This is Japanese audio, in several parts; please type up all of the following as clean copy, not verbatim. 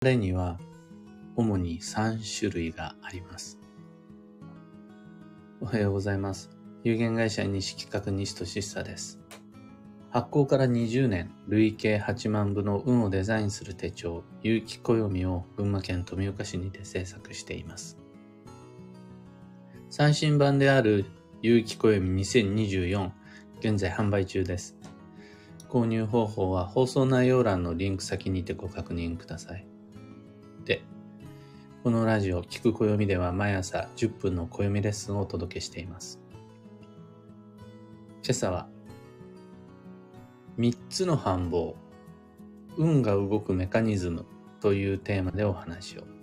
れには主に3種類があります。おはようございます。有限会社西企画西俊久です。発行から20年、累計8万部の運をデザインする手帳、有機暦を群馬県富岡市にて制作しています。最新版である有機暦2024、現在販売中です。購入方法は放送内容欄のリンク先にてご確認ください。で、このラジオ聞く暦では毎朝10分の暦レッスンをお届けしています。今朝は3つの繁忙、運が動くメカニズムというテーマでお話を。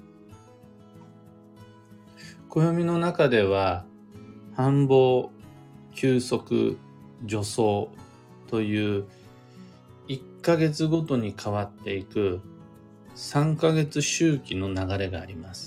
暦の中では繁忙、休息、助走という1ヶ月ごとに変わっていく3ヶ月周期の流れがあります。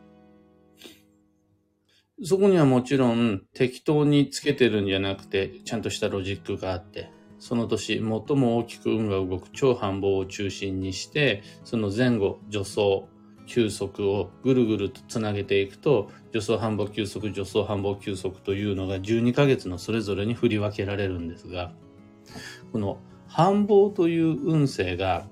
そこにはもちろん適当につけてるんじゃなくてちゃんとしたロジックがあって、その年最も大きく運が動く超繁忙を中心にして、その前後、助走、休息をぐるぐるとつなげていくと、助走繁忙休息、助走繁忙休息というのが12ヶ月のそれぞれに振り分けられるんですが、この繁忙という運勢が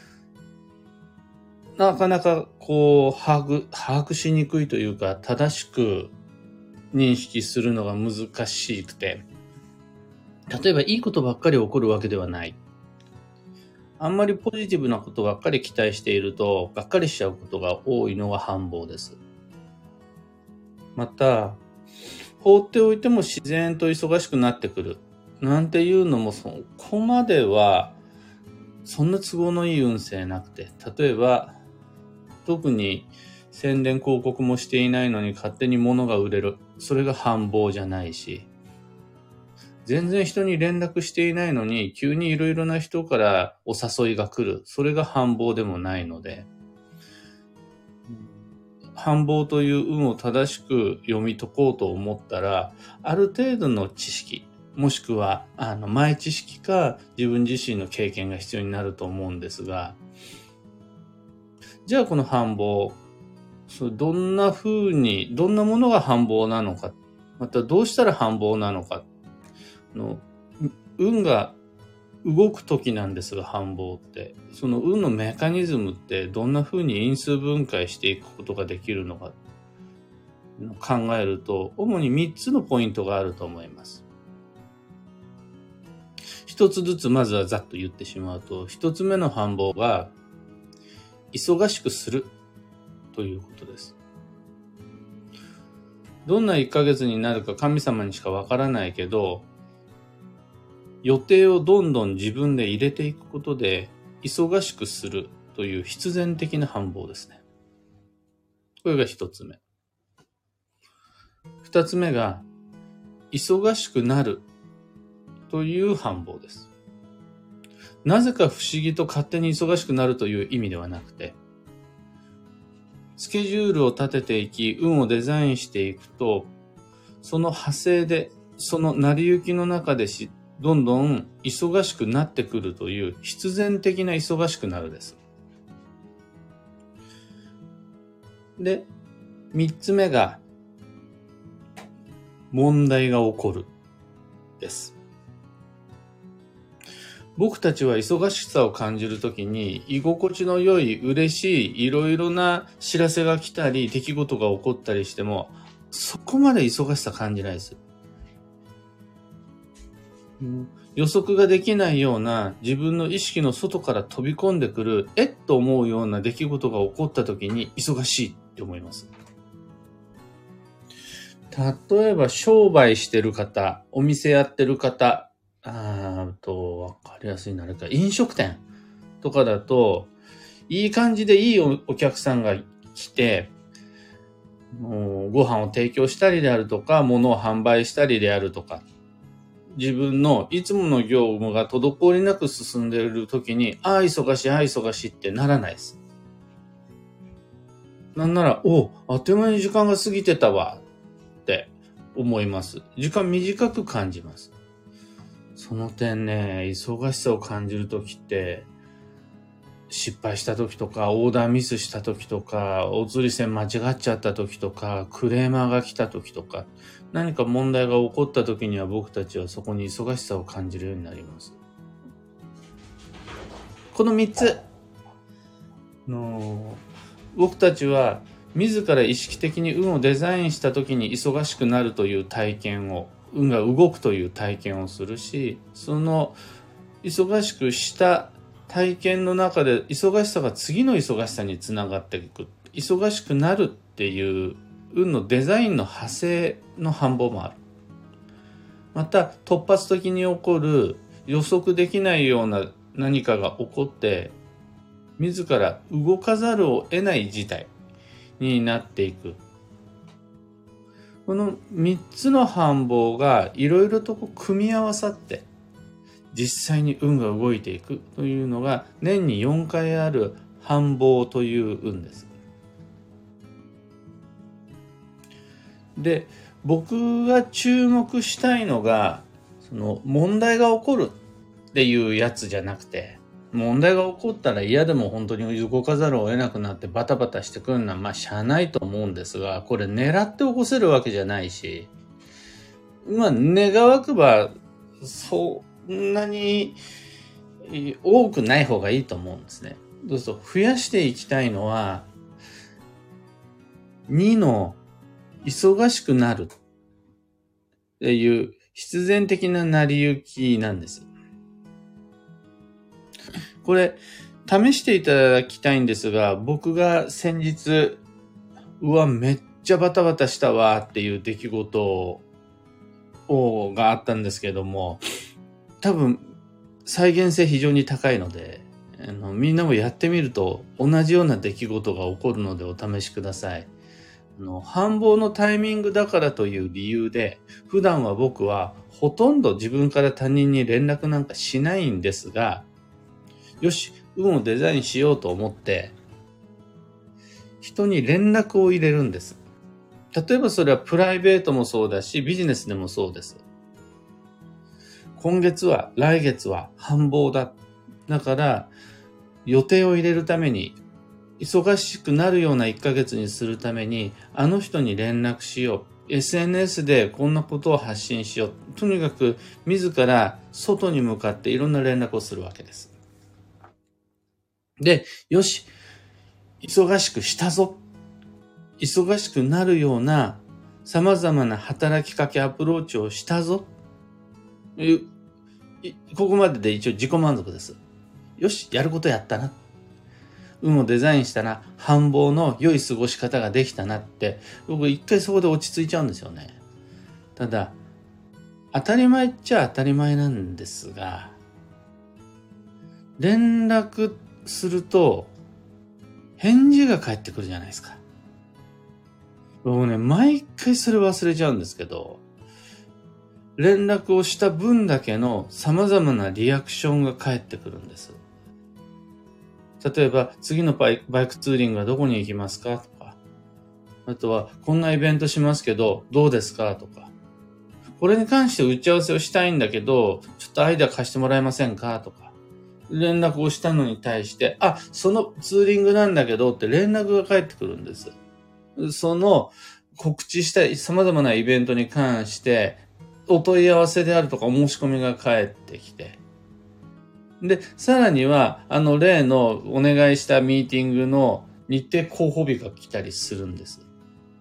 なかなか把握しにくいというか、正しく認識するのが難しくて、例えばいいことばっかり起こるわけではない。あんまりポジティブなことばっかり期待していると、がっかりしちゃうことが多いのが繁忙です。また、放っておいても自然と忙しくなってくる。なんていうのもそこまでは、そんな都合のいい運勢なくて、例えば、特に宣伝広告もしていないのに勝手に物が売れる。それが繁忙じゃないし、全然人に連絡していないのに急にいろいろな人からお誘いが来る。それが繁忙でもないので、繁忙という運を正しく読み解こうと思ったら、ある程度の知識、もしくは前知識か自分自身の経験が必要になると思うんですが、じゃあこの繁忙、どんなものが繁忙なのか、またどうしたら繁忙なのか、運が動く時なんですが、繁忙って、その運のメカニズムってどんな風に因数分解していくことができるのか考えると、主に3つのポイントがあると思います。一つずつまずはざっと言ってしまうと、一つ目の繁忙は忙しくするということです。どんな1ヶ月になるか神様にしかわからないけど、予定をどんどん自分で入れていくことで忙しくするという必然的な繁忙ですね。これが一つ目。二つ目が忙しくなるという繁忙です。なぜか不思議と勝手に忙しくなるという意味ではなくて、スケジュールを立てていき、運をデザインしていくと、その派生で、その成り行きの中でどんどん忙しくなってくるという必然的な忙しくなるです。で、三つ目が問題が起こるです。僕たちは忙しさを感じるときに居心地の良い、嬉しい、いろいろな知らせが来たり、出来事が起こったりしても、そこまで忙しさ感じないです。予測ができないような自分の意識の外から飛び込んでくると思うような出来事が起こった時に忙しいって思います。例えば商売してる方、お店やってる方、わかりやすいなるか、飲食店とかだといい感じでいいお客さんが来て、ご飯を提供したりであるとか、物を販売したりであるとか、自分のいつもの業務が滞りなく進んでいるときに、忙しいってならないです。なんなら、あっという間に時間が過ぎてたわって思います。時間短く感じます。その点ね、忙しさを感じるときって、 失敗した時とか、オーダーミスした時とか、お釣り線間違っちゃった時とか、クレーマーが来た時とか、何か問題が起こった時には僕たちはそこに忙しさを感じるようになります。この3つの僕たちは自ら意識的に運をデザインした時に忙しくなるという体験を、運が動くという体験をするし、その忙しくした体験の中で忙しさが次の忙しさにつながっていく。忙しくなるっていう運のデザインの派生の繁忙もある。また突発的に起こる予測できないような何かが起こって自ら動かざるを得ない事態になっていく。この3つの繁忙がいろいろと組み合わさって実際に運が動いていくというのが年に4回ある繁忙という運です。で、僕が注目したいのが、その問題が起こるっていうやつじゃなくて、問題が起こったら嫌でも本当に動かざるを得なくなってバタバタしてくるのはしゃあないと思うんですが、これ狙って起こせるわけじゃないし、願わくばそんなに多くない方がいいと思うんですね。どうぞ増やしていきたいのは2の忙しくなるっていう必然的な成り行きなんです。これ試していただきたいんですが、僕が先日めっちゃバタバタしたわっていう出来事があったんですけども、多分再現性非常に高いので、みんなもやってみると同じような出来事が起こるのでお試しください。繁忙のタイミングだからという理由で、普段は僕はほとんど自分から他人に連絡なんかしないんですが、よし、運をデザインしようと思って、人に連絡を入れるんです。例えばそれはプライベートもそうだし、ビジネスでもそうです。今月は、来月は繁忙だ。だから、予定を入れるために、忙しくなるような1ヶ月にするために、あの人に連絡しよう。SNS でこんなことを発信しよう。とにかく、自ら外に向かっていろんな連絡をするわけです。で、よし、忙しくしたぞ。忙しくなるような様々な働きかけアプローチをしたぞ。ここまでで一応自己満足です。よし、やることやったな。運をデザインしたな。繁忙の良い過ごし方ができたなって、僕一回そこで落ち着いちゃうんですよね。ただ、当たり前っちゃ当たり前なんですが、連絡すると返事が返ってくるじゃないですか。僕ね、毎回それ忘れちゃうんですけど、連絡をした分だけの様々なリアクションが返ってくるんです。例えば、次のバイクツーリングはどこに行きますかとか、あとは、こんなイベントしますけど、どうですかとか、これに関して打ち合わせをしたいんだけど、ちょっとアイデア貸してもらえませんかとか、連絡をしたのに対して、そのツーリングなんだけどって連絡が返ってくるんです。その告知した様々なイベントに関して、お問い合わせであるとかお申し込みが返ってきて、で、さらには、例のお願いしたミーティングの日程候補日が来たりするんです。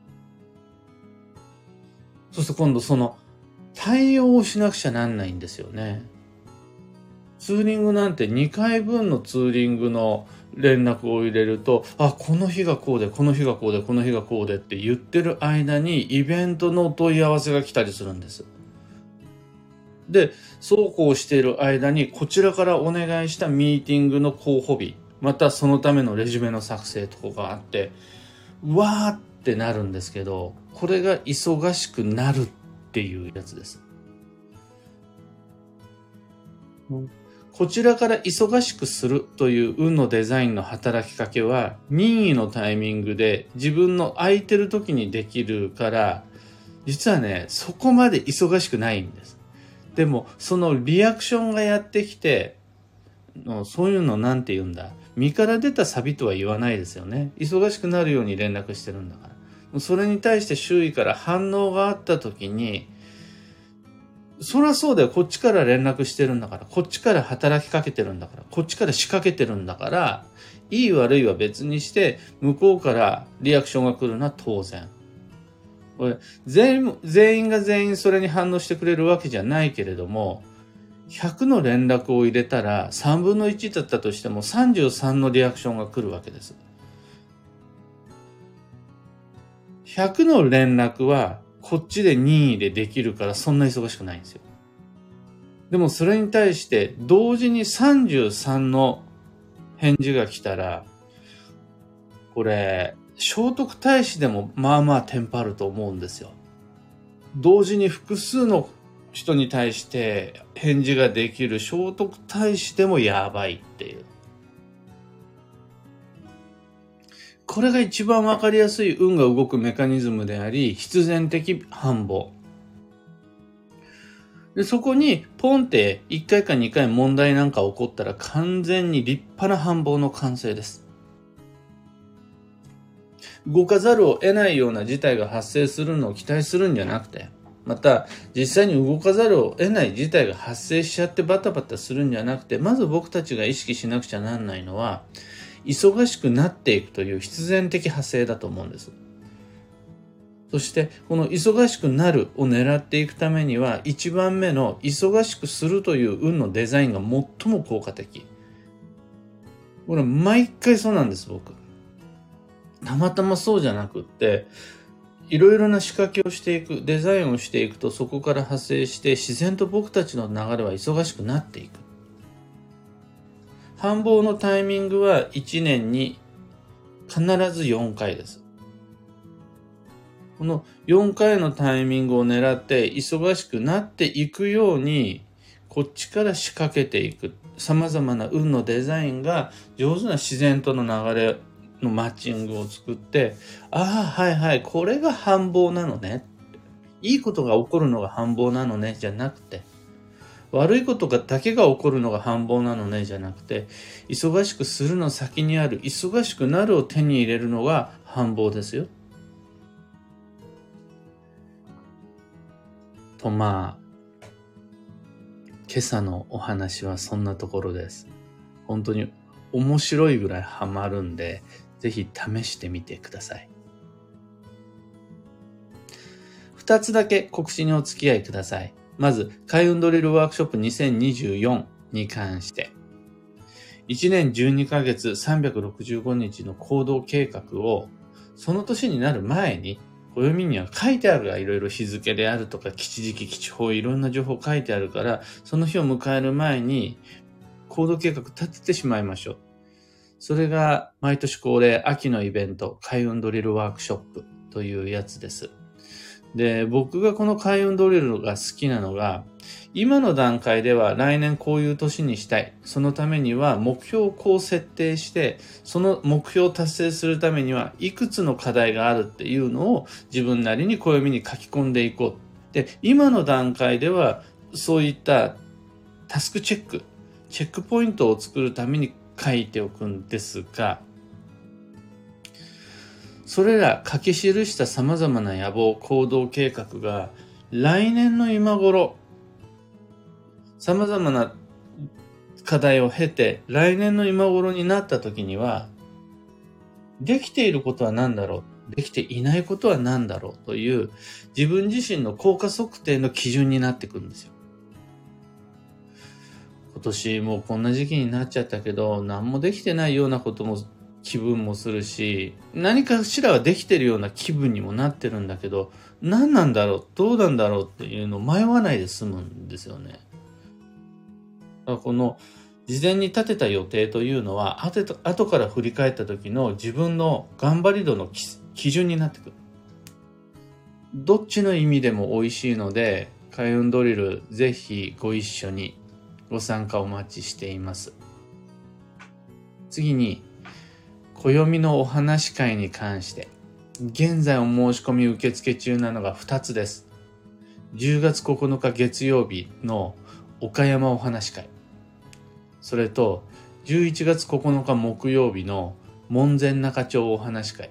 そうすると今度その対応をしなくちゃなんないんですよね。ツーリングなんて2回分のツーリングの連絡を入れると、この日がこうで、この日がこうで、この日がこうでって言ってる間にイベントのお問い合わせが来たりするんです。で、そうこうしている間にこちらからお願いしたミーティングの候補日、またそのためのレジュメの作成とかがあって、わーってなるんですけど、これが忙しくなるっていうやつです。こちらから忙しくするという運のデザインの働きかけは任意のタイミングで自分の空いてる時にできるから、実はね、そこまで忙しくないんです。でもそのリアクションがやってきて、そういうのなんて言うんだ、 身から出たサビとは言わないですよね。忙しくなるように連絡してるんだから。それに対して周囲から反応があった時に、そりゃそうだよ、こっちから連絡してるんだから、こっちから働きかけてるんだから、こっちから仕掛けてるんだから、いい悪いは別にして、向こうからリアクションが来るのは当然。これ全員が全員それに反応してくれるわけじゃないけれども、100の連絡を入れたら3分の1だったとしても33のリアクションが来るわけです。100の連絡はこっちで任意でできるからそんな忙しくないんですよ。でもそれに対して同時に33の返事が来たら、これ聖徳太子でもまあまあテンパると思うんですよ。同時に複数の人に対して返事ができる聖徳太子でもやばいっていう。これが一番わかりやすい運が動くメカニズムであり、必然的反謀。で、そこにポンって1回か2回問題なんか起こったら完全に立派な反謀の完成です。動かざるを得ないような事態が発生するのを期待するんじゃなくて、また実際に動かざるを得ない事態が発生しちゃってバタバタするんじゃなくて、まず僕たちが意識しなくちゃなんないのは、忙しくなっていくという必然的派生だと思うんです。そしてこの忙しくなるを狙っていくためには、1番目の忙しくするという運のデザインが最も効果的。これ毎回そうなんです、僕。たまたまそうじゃなくって、いろいろな仕掛けをしていく、デザインをしていくと、そこから派生して自然と僕たちの流れは忙しくなっていく。繁忙のタイミングは1年に必ず4回です。この4回のタイミングを狙って忙しくなっていくように、こっちから仕掛けていく。様々な運のデザインが上手な自然との流れのマッチングを作って、ああ、はいはい、これが繁忙なのね。いいことが起こるのが繁忙なのね、じゃなくて、悪いことだけが起こるのが繁忙なのね、じゃなくて、忙しくするの先にある、忙しくなるを手に入れるのが繁忙ですよ。と今朝のお話はそんなところです。本当に面白いぐらいハマるんで、ぜひ試してみてください。2つだけ告知にお付き合いください。まず、開運ドリルワークショップ2024に関して、1年12ヶ月365日の行動計画を、その年になる前に、暦には書いてあるがいろいろ日付であるとか、吉時期、吉報、いろんな情報書いてあるから、その日を迎える前に、行動計画立ててしまいましょう。それが毎年恒例秋のイベント、開運ドリルワークショップというやつです。で、僕がこの開運ドリルが好きなのが、今の段階では来年こういう年にしたい。そのためには目標をこう設定して、その目標を達成するためにはいくつの課題があるっていうのを自分なりに暦に書き込んでいこう。で、今の段階ではそういったタスクチェックポイントを作るために書いておくんですが、それら書き記した様々な野望、行動計画が来年の今頃、様々な課題を経て来年の今頃になった時には、できていることは何だろう、できていないことは何だろうという自分自身の効果測定の基準になってくるんですよ。今年もうこんな時期になっちゃったけど、何もできてないようなことも気分もするし、何かしらはできてるような気分にもなってるんだけど、何なんだろう、どうなんだろうっていうのを迷わないで済むんですよね。だからこの事前に立てた予定というのは、後から振り返った時の自分の頑張り度の基準になってくる。どっちの意味でも美味しいので、開運ドリルぜひご一緒にご参加お待ちしています。次に、暦のお話会に関して、現在お申し込み受付中なのが2つです。10月9日月曜日の岡山お話会。それと、 11月9日木曜日の門前仲町お話会。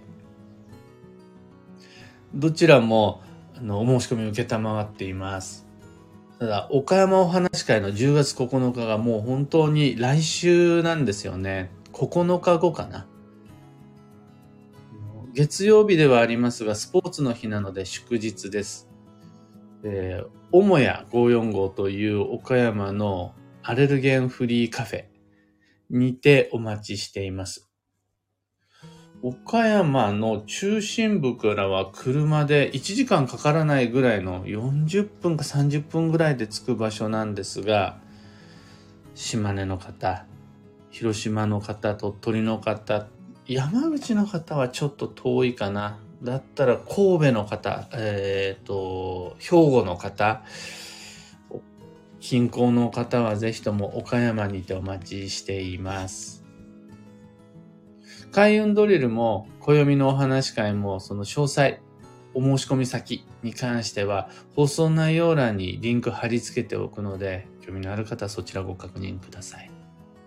どちらもお申し込みを受けたまわっています。ただ、岡山お話会の10月9日がもう本当に来週なんですよね。9日後かな。月曜日ではありますが、スポーツの日なので祝日です。母屋545という岡山のアレルゲンフリーカフェにてお待ちしています。岡山の中心部からは車で1時間かからないぐらいの40分か30分ぐらいで着く場所なんですが、島根の方、広島の方、鳥取の方、山口の方はちょっと遠いかな。だったら神戸の方、兵庫の方、近郊の方はぜひとも岡山にてお待ちしています。開運ドリルも暦のお話会もその詳細、お申し込み先に関しては放送内容欄にリンク貼り付けておくので、興味のある方はそちらご確認ください。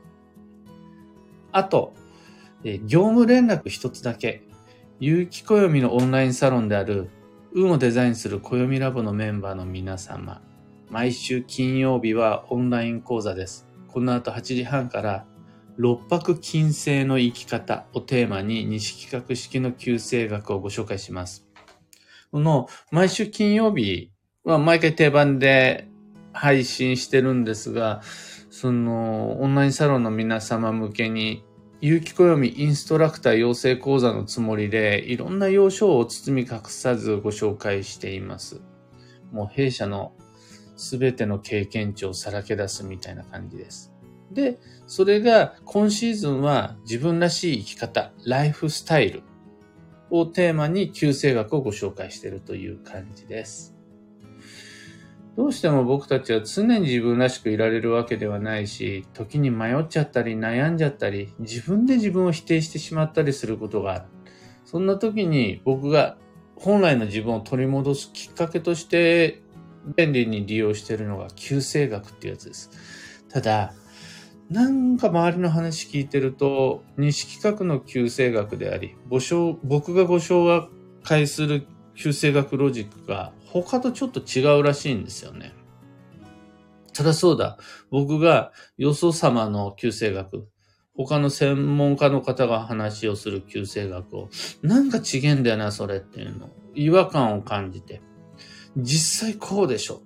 あと、業務連絡一つだけ。有機暦のオンラインサロンである運をデザインする暦ラボのメンバーの皆様、毎週金曜日はオンライン講座です。この後8時半から六白金星の生き方をテーマに西企画式の九星学をご紹介します。この毎週金曜日は毎回定番で配信してるんですが、そのオンラインサロンの皆様向けに有機暦インストラクター養成講座のつもりでいろんな要所を包み隠さずご紹介しています。もう弊社のすべての経験値をさらけ出すみたいな感じです。で、それが今シーズンは自分らしい生き方、ライフスタイルをテーマに九星学をご紹介しているという感じです。どうしても僕たちは常に自分らしくいられるわけではないし、時に迷っちゃったり悩んじゃったり、自分で自分を否定してしまったりすることがある。そんな時に僕が本来の自分を取り戻すきっかけとして便利に利用しているのが九星学っていうやつです。ただ、なんか周りの話聞いてると、西企画の九星学であり、僕がご紹介する九星学ロジックが他とちょっと違うらしいんですよね。ただそうだ、僕がよそ様の九星学、他の専門家の方が話をする九星学を、なんか違えんだよな、それっていうの、違和感を感じて、実際こうでしょ。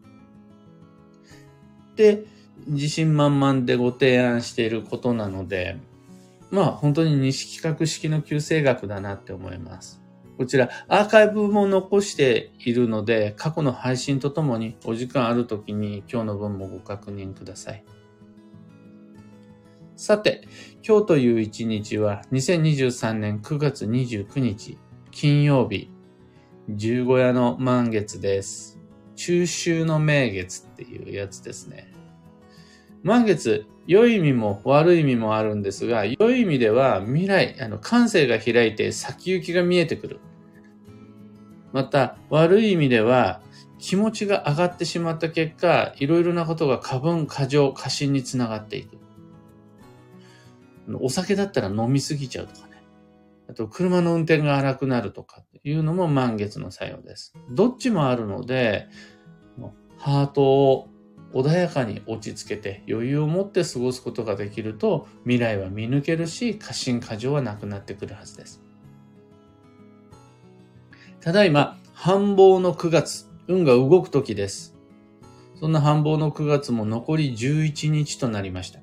で、自信満々でご提案していることなので、本当に西企画式の九星学だなって思います。こちらアーカイブも残しているので、過去の配信とともにお時間あるときに今日の分もご確認ください。さて、今日という一日は2023年9月29日金曜日、十五夜の満月です。中秋の名月っていうやつですね。満月、良い意味も悪い意味もあるんですが、良い意味では未来、感性が開いて先行きが見えてくる。また、悪い意味では気持ちが上がってしまった結果、いろいろなことが過分、過剰、過信につながっていく。お酒だったら飲みすぎちゃうとかね。あと、車の運転が荒くなるとかっていうのも満月の作用です。どっちもあるので、ハートを穏やかに落ち着けて余裕を持って過ごすことができると、未来は見抜けるし、過信過剰はなくなってくるはずです。ただいま、繁忙の9月、運が動く時です。そんな繁忙の9月も残り11日となりました。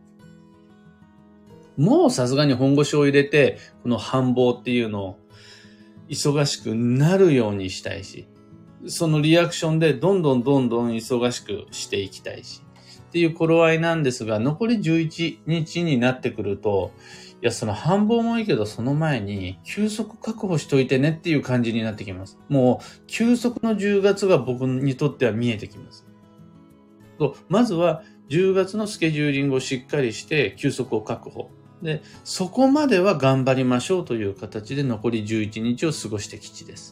もうさすがに本腰を入れて、この繁忙っていうのを忙しくなるようにしたいし、そのリアクションでどんどん忙しくしていきたいしっていう頃合いなんですが、残り11日になってくると、いや、その繁忙もいいけど、その前に休息確保しといてねっていう感じになってきます。もう休息の10月が僕にとっては見えてきます。まずは10月のスケジューリングをしっかりして休息を確保。で、そこまでは頑張りましょうという形で残り11日を過ごして吉です。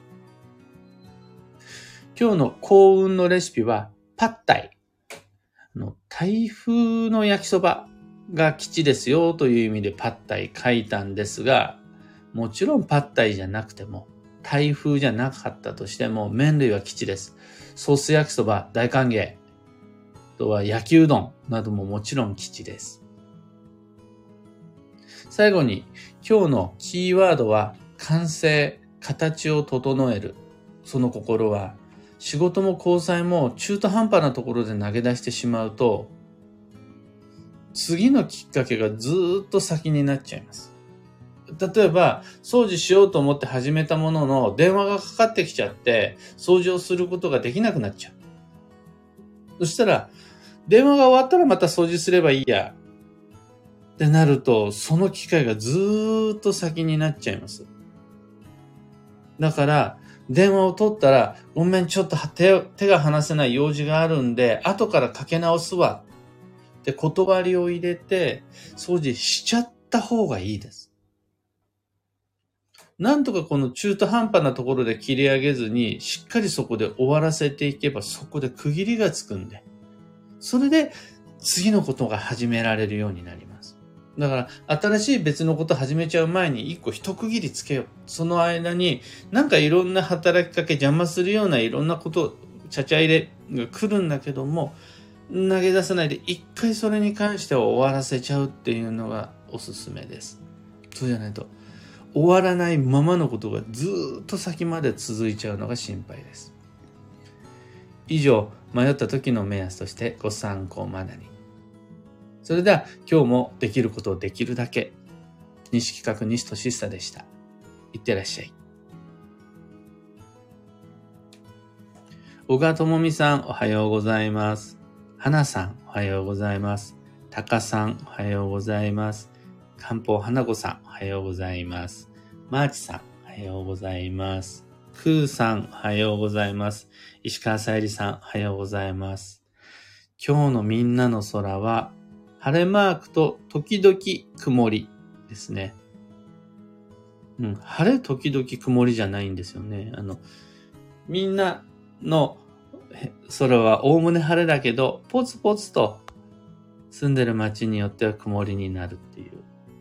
今日の幸運のレシピはパッタイ。タイ風の焼きそばが基地ですよという意味でパッタイ書いたんですが、もちろんパッタイじゃなくても、台風じゃなかったとしても、麺類は基地です。ソース焼きそば大歓迎。あとは焼きうどんなどももちろん基地です。最後に、今日のキーワードは、完成、形を整える。その心は、仕事も交際も中途半端なところで投げ出してしまうと、次のきっかけがずーっと先になっちゃいます。例えば、掃除しようと思って始めたものの、電話がかかってきちゃって、掃除をすることができなくなっちゃう。そしたら、電話が終わったらまた掃除すればいいや。ってなると、その機会がずーっと先になっちゃいます。だから、電話を取ったら、ごめん、ちょっと手が離せない用事があるんで、後からかけ直すわ。って断りを入れて、掃除しちゃった方がいいです。なんとかこの中途半端なところで切り上げずに、しっかりそこで終わらせていけば、そこで区切りがつくんで、それで次のことが始められるようになります。だから、新しい別のこと始めちゃう前に一個一区切りつけよう。その間に、なんかいろんな働きかけ邪魔するようないろんなこと、ちゃちゃ入れが来るんだけども、投げ出さないで一回それに関しては終わらせちゃうっていうのがおすすめです。そうじゃないと、終わらないままのことがずーっと先まで続いちゃうのが心配です。以上、迷った時の目安としてご参考までに。それでは今日もできることをできるだけ。西企画西俊久でした。いってらっしゃい。小川智美さん、おはようございます。花さん、おはようございます。たかさん、おはようございます。漢方花子さん、おはようございます。マーチさん、おはようございます。クーさん、おはようございます。石川さゆりさん、おはようございます。今日のみんなの空は、晴れマークと時々曇りですね。晴れ時々曇りじゃないんですよね。みんなの空はおおむね晴れだけど、ポツポツと住んでる街によっては曇りになるっていう。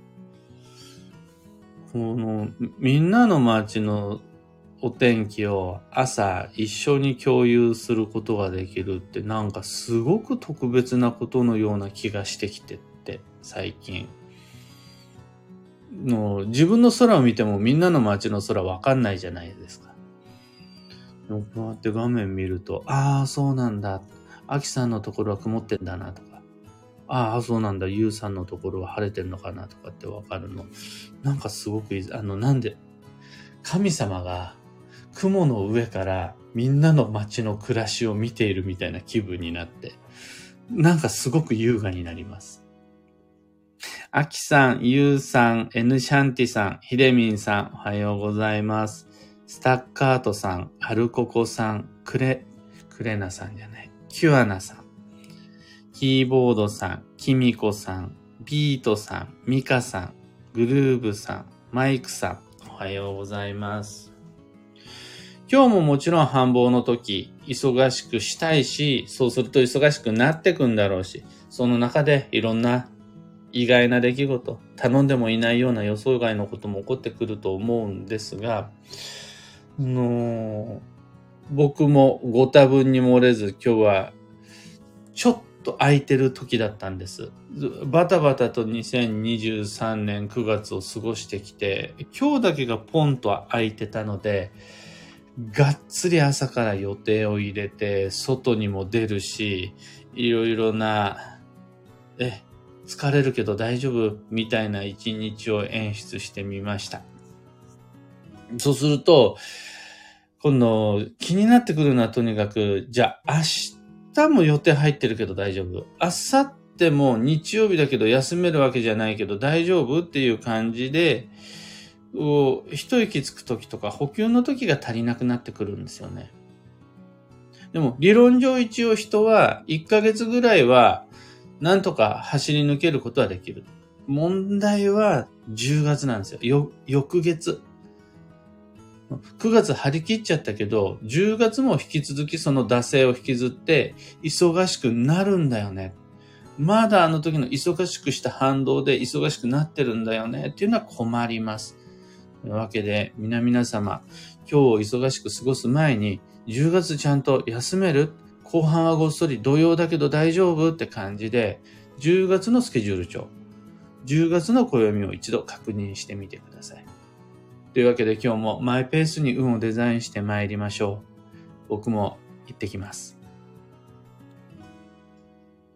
このみんなの街のお天気を朝一緒に共有することができるってなんかすごく特別なことのような気がしてきてって最近。自分の空を見てもみんなの街の空わかんないじゃないですか。こうやって画面見ると、ああそうなんだ。アキさんのところは曇ってんだなとか。ああそうなんだ。ユウさんのところは晴れてんのかなとかってわかるの。なんかすごくいい。なんで神様が雲の上からみんなの街の暮らしを見ているみたいな気分になって、なんかすごく優雅になります。アキさん、ユウさん、エヌシャンティさん、ヒデミンさん、おはようございます。スタッカートさん、アルココさん、クレナさんじゃない、キュアナさん、キーボードさん、キミコさん、ビートさん、ミカさん、グルーブさん、マイクさん、おはようございます。今日ももちろん繁忙の時、忙しくしたいし、そうすると忙しくなってくんだろうし、その中でいろんな意外な出来事、頼んでもいないような予想外のことも起こってくると思うんですが、僕もご多分に漏れず今日はちょっと空いてる時だったんです。バタバタと2023年9月を過ごしてきて、今日だけがポンと空いてたので、がっつり朝から予定を入れて、外にも出るし、いろいろな、疲れるけど大丈夫みたいな一日を演出してみました。そうすると、今度気になってくるのはとにかく、じゃあ明日も予定入ってるけど大丈夫。明後日も日曜日だけど休めるわけじゃないけど大丈夫っていう感じで、一息つく時とか補給の時が足りなくなってくるんですよね。でも理論上一応人は1ヶ月ぐらいはなんとか走り抜けることはできる。問題は10月なんですよ。翌月。9月張り切っちゃったけど、10月も引き続きその惰性を引きずって忙しくなるんだよね。 まだあの時の忙しくした反動で忙しくなってるんだよねっていうのは困ります。というわけで、皆様、今日を忙しく過ごす前に、10月ちゃんと休める？後半はごっそり土曜だけど大丈夫って感じで、10月のスケジュール帳、10月の暦を一度確認してみてください。というわけで今日もマイペースに運をデザインして参りましょう。僕も行ってきます。